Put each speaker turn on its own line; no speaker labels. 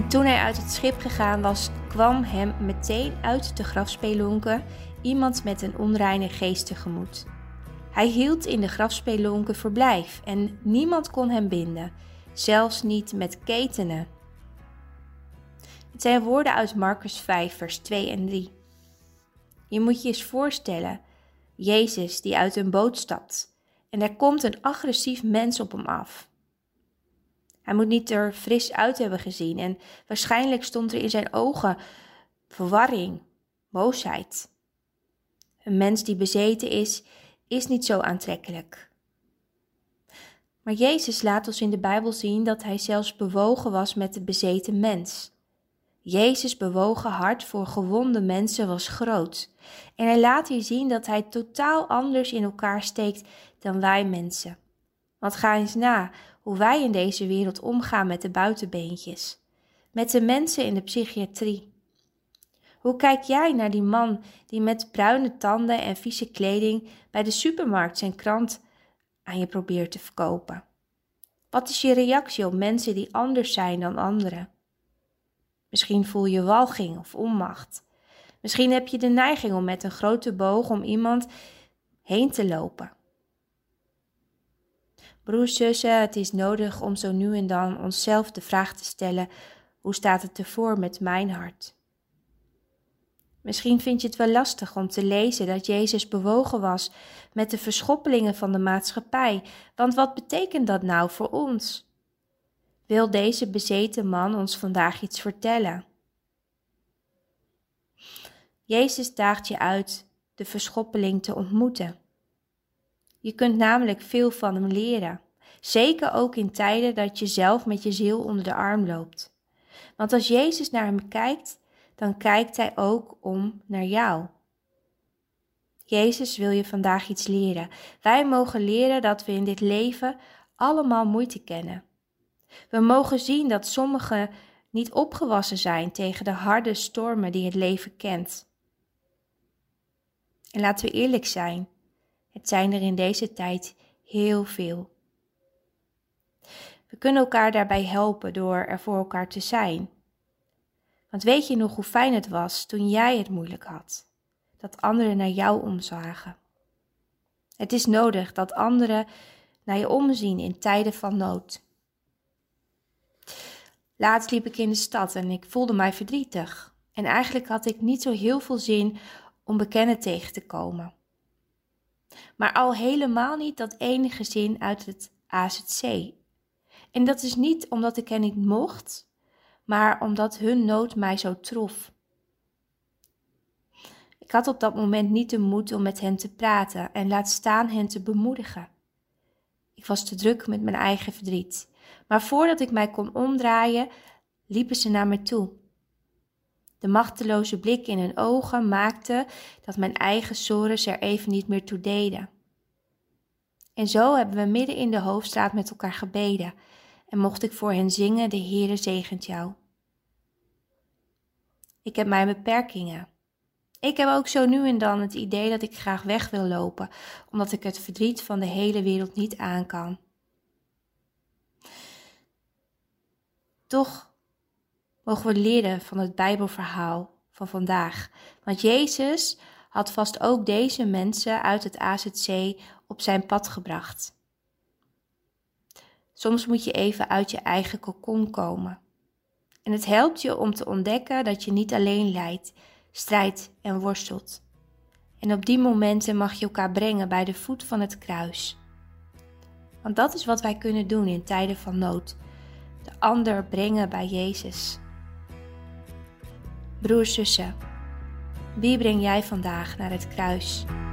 En toen hij uit het schip gegaan was, kwam hem meteen uit de grafspelonken iemand met een onreine geest tegemoet. Hij hield in de grafspelonken verblijf en niemand kon hem binden, zelfs niet met ketenen. Het zijn woorden uit Marcus 5, vers 2 en 3. Je moet je eens voorstellen, Jezus die uit een boot stapt en er komt een agressief mens op hem af. Hij moet niet er fris uit hebben gezien en waarschijnlijk stond er in zijn ogen verwarring, boosheid. Een mens die bezeten is niet zo aantrekkelijk. Maar Jezus laat ons in de Bijbel zien dat hij zelfs bewogen was met de bezeten mens. Jezus' bewogen hart voor gewonde mensen was groot. En hij laat hier zien dat hij totaal anders in elkaar steekt dan wij mensen. Want ga eens na hoe wij in deze wereld omgaan met de buitenbeentjes. Met de mensen in de psychiatrie. Hoe kijk jij naar die man die met bruine tanden en vieze kleding bij de supermarkt zijn krant aan je probeert te verkopen? Wat is je reactie op mensen die anders zijn dan anderen? Misschien voel je walging of onmacht. Misschien heb je de neiging om met een grote boog om iemand heen te lopen. Broers, zussen, het is nodig om zo nu en dan onszelf de vraag te stellen: hoe staat het ervoor met mijn hart? Misschien vind je het wel lastig om te lezen dat Jezus bewogen was met de verschoppelingen van de maatschappij, want wat betekent dat nou voor ons? Wil deze bezeten man ons vandaag iets vertellen? Jezus daagt je uit de verschoppeling te ontmoeten. Je kunt namelijk veel van hem leren, zeker ook in tijden dat je zelf met je ziel onder de arm loopt. Want als Jezus naar hem kijkt, dan kijkt hij ook om naar jou. Jezus wil je vandaag iets leren. Wij mogen leren dat we in dit leven allemaal moeite kennen. We mogen zien dat sommigen niet opgewassen zijn tegen de harde stormen die het leven kent. En laten we eerlijk zijn, het zijn er in deze tijd heel veel. We kunnen elkaar daarbij helpen door er voor elkaar te zijn. Want weet je nog hoe fijn het was toen jij het moeilijk had? Dat anderen naar jou omzagen. Het is nodig dat anderen naar je omzien in tijden van nood. Laatst liep ik in de stad en ik voelde mij verdrietig. En eigenlijk had ik niet zo heel veel zin om bekenden tegen te komen. Maar al helemaal niet dat ene gezin uit het AZC. En dat is niet omdat ik er niet mocht, maar omdat hun nood mij zo trof. Ik had op dat moment niet de moed om met hen te praten en laat staan hen te bemoedigen. Ik was te druk met mijn eigen verdriet. Maar voordat ik mij kon omdraaien, liepen ze naar me toe. De machteloze blik in hun ogen maakte dat mijn eigen sores er even niet meer toe deden. En zo hebben we midden in de hoofdstraat met elkaar gebeden en mocht ik voor hen zingen: de Heere zegent jou. Ik heb mijn beperkingen. Ik heb ook zo nu en dan het idee dat ik graag weg wil lopen, omdat ik het verdriet van de hele wereld niet aan kan. Toch mogen we leren van het Bijbelverhaal van vandaag. Want Jezus had vast ook deze mensen uit het AZC op zijn pad gebracht. Soms moet je even uit je eigen kokon komen. En het helpt je om te ontdekken dat je niet alleen lijdt, strijdt en worstelt. En op die momenten mag je elkaar brengen bij de voet van het kruis. Want dat is wat wij kunnen doen in tijden van nood. De ander brengen bij Jezus. Broers, zussen, wie breng jij vandaag naar het kruis?